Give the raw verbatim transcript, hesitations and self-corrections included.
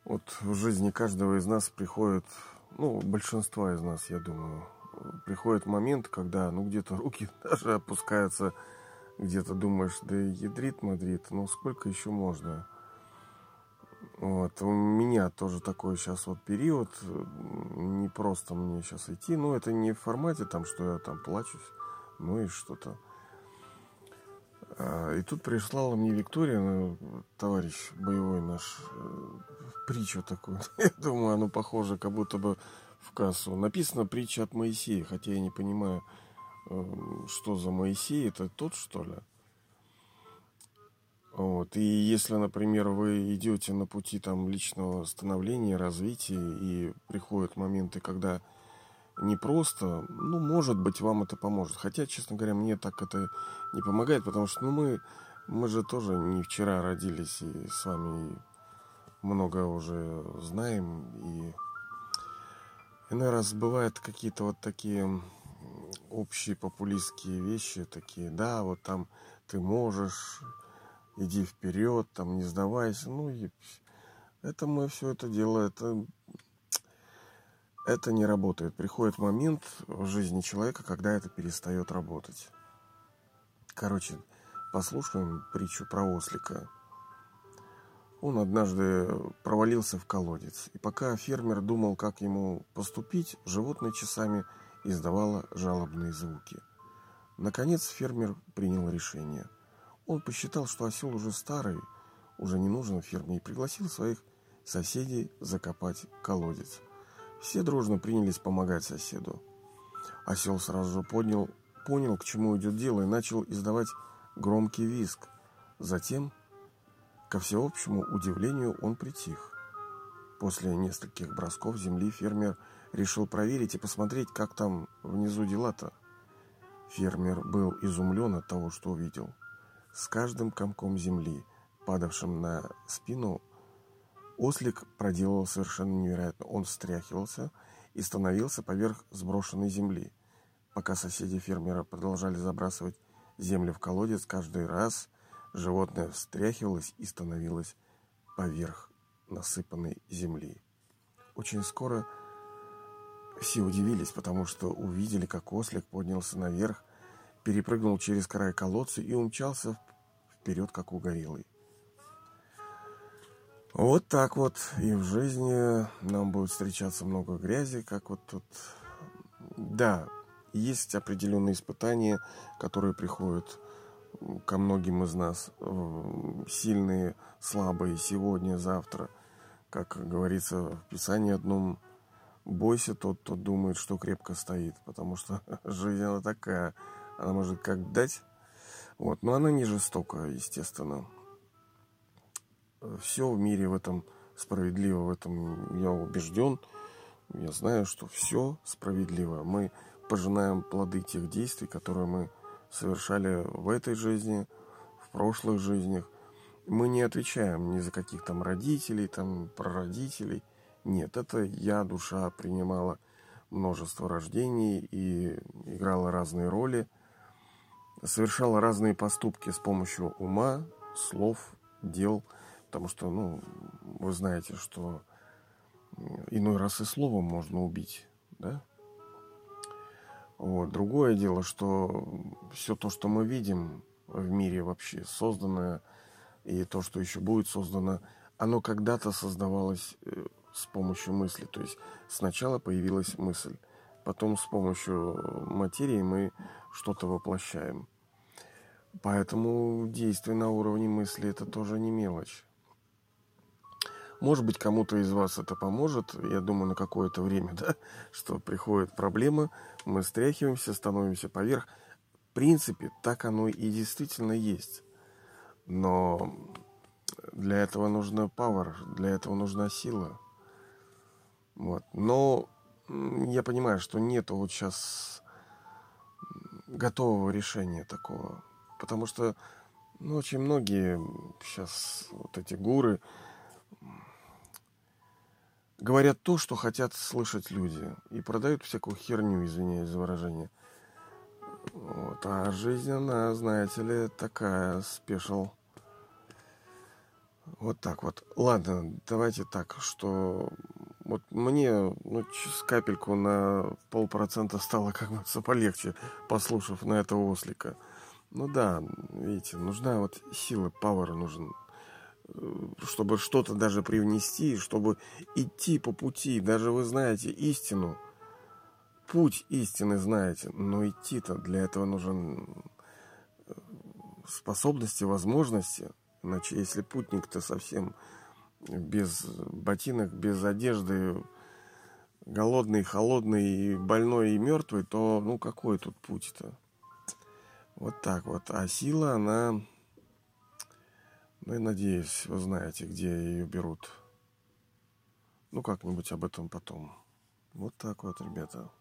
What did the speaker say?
Вот в жизни каждого из нас приходит, ну, большинства из нас, я думаю, приходит момент, когда, ну, где-то руки даже опускаются, где-то думаешь, да ядрит Мадрид, ну, сколько еще можно? Вот, у меня тоже такой сейчас вот период, не просто мне сейчас идти, ну, это не в формате там, что я там плачусь, ну и что-то. И тут прислала мне Виктория, ну, товарищ боевой наш, притчу такую. Я думаю, оно похоже как будто бы в кассу. Написано притча от Моисея, хотя я не понимаю, что за Моисей. Это тот, что ли? Вот. И если, например, вы идете на пути там личного становления, развития, и приходят моменты, когда не просто, ну, может быть, вам это поможет. Хотя, честно говоря, мне так это не помогает, потому что, ну, мы, мы же тоже не вчера родились, и с вами много уже знаем, и иной раз бывают какие-то вот такие общие популистские вещи, такие, да, вот там ты можешь, иди вперед, там не сдавайся, ну, и это мы все это дело, это Это не работает. Приходит момент в жизни человека, когда это перестает работать. Короче, послушаем притчу про ослика. Он однажды провалился в колодец. И пока фермер думал, как ему поступить, животное часами издавало жалобные звуки. Наконец фермер принял решение. Он посчитал, что осел уже старый, уже не нужен ферме, и пригласил своих соседей закопать колодец. Все дружно принялись помогать соседу. Осел сразу же поднял, понял, к чему идет дело, и начал издавать громкий визг. Затем, ко всеобщему удивлению, он притих. После нескольких бросков земли фермер решил проверить и посмотреть, как там внизу дела-то. Фермер был изумлен от того, что увидел. С каждым комком земли, падавшим на спину, ослик проделал совершенно невероятно. Он встряхивался и становился поверх сброшенной земли. Пока соседи фермера продолжали забрасывать землю в колодец, каждый раз животное встряхивалось и становилось поверх насыпанной земли. Очень скоро все удивились, потому что увидели, как ослик поднялся наверх, перепрыгнул через край колодца и умчался вперед, как угорелый. Вот так вот и в жизни нам будет встречаться много грязи, как вот тут. Да, есть определенные испытания, которые приходят ко многим из нас. Сильные, слабые, сегодня, завтра. Как говорится в Писании одном: бойся тот, кто думает, что крепко стоит. Потому что жизнь она такая. Она может как дать. Вот. Но она не жестокая, естественно. Все в мире в этом справедливо, в этом я убежден. Я знаю, что все справедливо. Мы пожинаем плоды тех действий, которые мы совершали в этой жизни, в прошлых жизнях. Мы не отвечаем ни за каких там родителей, там прародителей. Нет, это я, душа, принимала множество рождений и играла разные роли, совершала разные поступки с помощью ума, слов, дел. Потому что, ну, вы знаете, что иной раз и словом можно убить, да? Вот. Другое дело, что все то, что мы видим в мире вообще созданное, и то, что еще будет создано, оно когда-то создавалось с помощью мысли. То есть сначала появилась мысль, потом с помощью материи мы что-то воплощаем. Поэтому действие на уровне мысли — это тоже не мелочь. Может быть, кому-то из вас это поможет, я думаю, на какое-то время, да, что приходит проблема, мы стряхиваемся, становимся поверх. В принципе, так оно и действительно есть. Но для этого нужна power, для этого нужна сила. Вот. Но я понимаю, что нету вот сейчас готового решения такого. Потому что, ну, очень многие сейчас вот эти гуры говорят то, что хотят слышать люди. И продают всякую херню, извиняюсь за выражение. Вот. А жизнь, она, знаете ли, такая спешл. Вот так вот. Ладно, давайте так, что вот мне ну, ч- с капельку на полпроцента стало как бы полегче, послушав на этого ослика. Ну да, видите, нужна вот сила, пауэр нужен, э, чтобы что-то даже привнести, чтобы идти по пути. Даже вы знаете истину, путь истины знаете, но идти-то для этого нужен способности, возможности. Иначе, если путник-то совсем без ботинок, без одежды, голодный, холодный, больной и мертвый, то ну какой тут путь-то? Вот так вот. А сила, она, ну и надеюсь, вы знаете, где ее берут. Ну, как-нибудь об этом потом. Вот так вот, ребята.